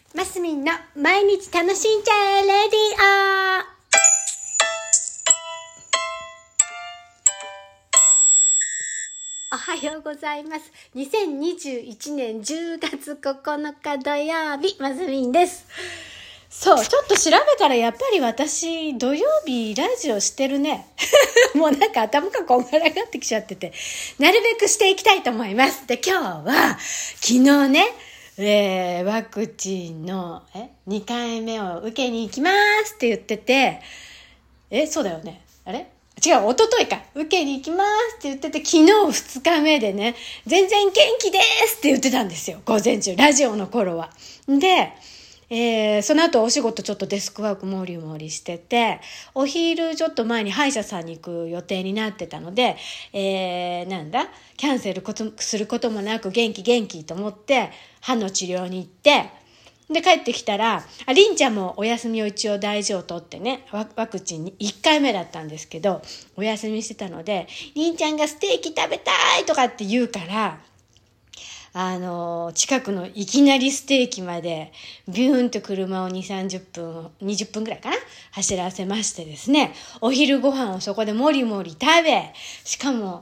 マスミンの毎日楽しんじゃえレディオ。おはようございます。2021年10月9日土曜日、マスミンです。そう、ちょっと調べたらやっぱり私土曜日ラジオしてるね。もうなんか頭がこんがらがってきちゃってて、なるべくしていきたいと思います。で、今日は昨日ね、ワクチンの2回目を受けに行きますって言ってて、そうだよね。あれ違う、一昨日か。受けに行きますって言ってて、昨日2日目でね、全然元気ですって言ってたんですよ。午前中、ラジオの頃は。で、その後お仕事ちょっとデスクワークもりもりしてて、お昼ちょっと前に歯医者さんに行く予定になってたので、キャンセルすることもなく元気と思って歯の治療に行って、で帰ってきたら、りんちゃんもお休みを一応大事を取ってね、ワクチンに1回目だったんですけど、お休みしてたので、りんちゃんがステーキ食べたいとかって言うから、近くのいきなりステーキまでビューンと車を20分ぐらいかな走らせましてですね、お昼ご飯をそこでもりもり食べ、しかも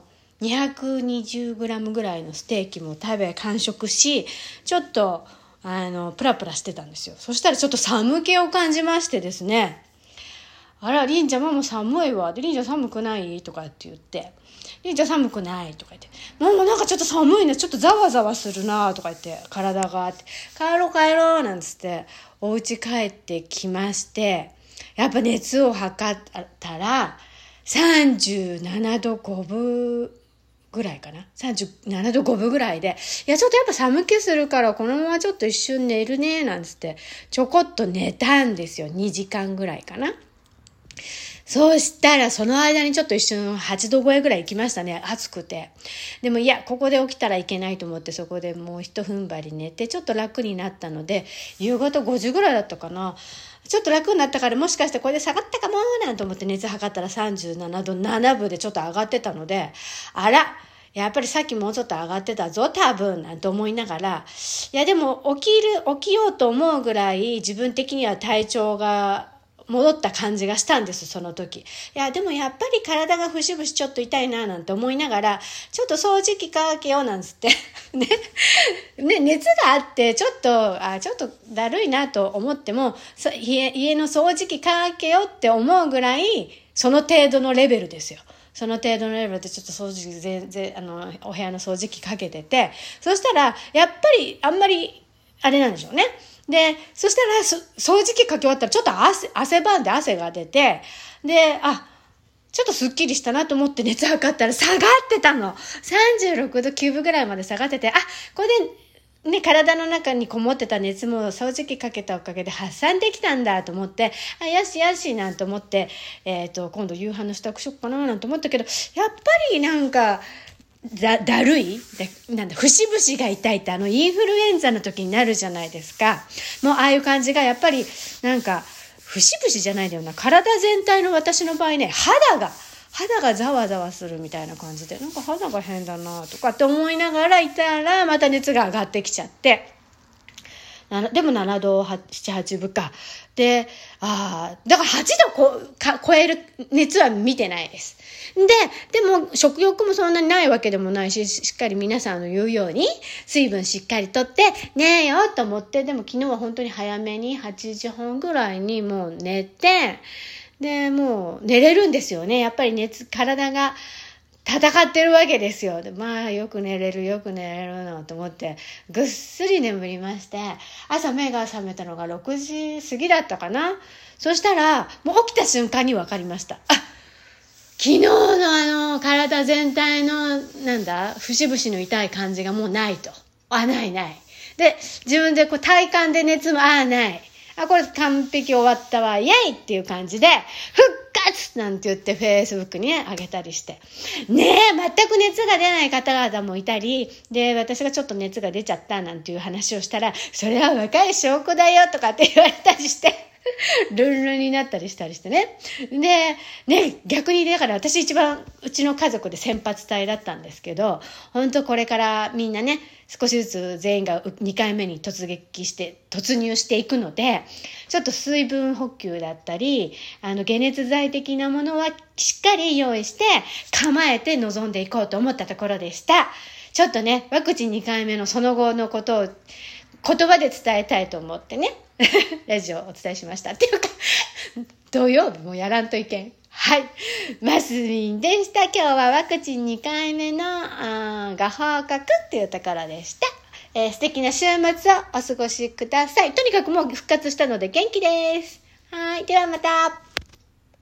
220g ぐらいのステーキも食べ完食し、ちょっとプラプラしてたんですよ。そしたらちょっと寒気を感じましてですね、あら、りんちゃんママ寒いわ。で、りんちゃん寒くないとかって言って、りんちゃん寒くないとか言って、ママなんかちょっと寒いね。ちょっとざわざわするなとか言って、体がって、帰ろうなんつって、お家帰ってきまして、やっぱ熱を測ったら、37度5分ぐらいかな。37度5分ぐらいで、いや、ちょっとやっぱ寒気するから、このままちょっと一瞬寝るね、なんつって、ちょこっと寝たんですよ。2時間ぐらいかな。そうしたら、その間にちょっと一瞬8度超えぐらい行きましたね。暑くて。でもいや、ここで起きたらいけないと思って、そこでもう一踏ん張り寝て、ちょっと楽になったので、夕方5時ぐらいだったかな。ちょっと楽になったから、もしかしてこれで下がったかもなんて思って熱測ったら37度7分でちょっと上がってたので、あら、やっぱりさっきもうちょっと上がってたぞ、多分、なんて思いながら、いやでも起きようと思うぐらい自分的には体調が戻った感じがしたんです、その時。いや、でもやっぱり体が節々ちょっと痛いな、なんて思いながら、ちょっと掃除機かけよう、なんつって。ね、熱があって、ちょっとだるいなと思っても、家の掃除機かけようって思うぐらい、その程度のレベルですよ。その程度のレベルでちょっと掃除機お部屋の掃除機かけてて、そしたら、やっぱりあんまり、あれなんでしょうね。で、そしたら掃除機かけ終わったらちょっと汗ばんで汗が出て、で、ちょっとスッキリしたなと思って熱測ったら下がってたの。36度9分ぐらいまで下がってて、これでね、体の中にこもってた熱も掃除機かけたおかげで発散できたんだと思って、よしなんて思って、今度夕飯の支度しよっかななんて思ったけど、やっぱりなんか、だるい節々が痛いってインフルエンザの時になるじゃないですか。もうああいう感じがやっぱりなんか節々じゃないんだよな。体全体の私の場合ね、肌がざわざわするみたいな感じで、なんか肌が変だなとかって思いながらいたら、また熱が上がってきちゃって。でも7度7、8分か。で、だから8度超える熱は見てないです。でも食欲もそんなにないわけでもないし、しっかり皆さんの言うように水分しっかりとって寝ようと思って、でも昨日は本当に早めに8時半ぐらいにもう寝て、で、もう寝れるんですよね。やっぱり体が戦ってるわけですよ。で、よく寝れるなと思って、ぐっすり眠りまして、朝目が覚めたのが6時過ぎだったかな。そしたら、もう起きた瞬間に分かりました。昨日の体全体の、節々の痛い感じがもうないと。ない。で、自分で体感で熱も、ない。これ完璧終わったわ、イエイっていう感じで、復活なんて言ってFacebook にね、あげたりして。全く熱が出ない方々もいたり、で、私がちょっと熱が出ちゃったなんていう話をしたら、それは若い証拠だよとかって言われたりして、 ルンルンになったりしたりしてね。で、ね、逆にだから私一番うちの家族で先発隊だったんですけど、本当これからみんなね、少しずつ全員が2回目に突入していくので、ちょっと水分補給だったり、解熱剤的なものはしっかり用意して構えて臨んでいこうと思ったところでした。ちょっとね、ワクチン2回目のその後のことを言葉で伝えたいと思ってね、ラジオをお伝えしました。っていうか、土曜日もやらんといけん。はい。マスミンでした。今日はワクチン2回目のご報告っていうところでした。素敵な週末をお過ごしください。とにかくもう復活したので元気です。はい。ではまた。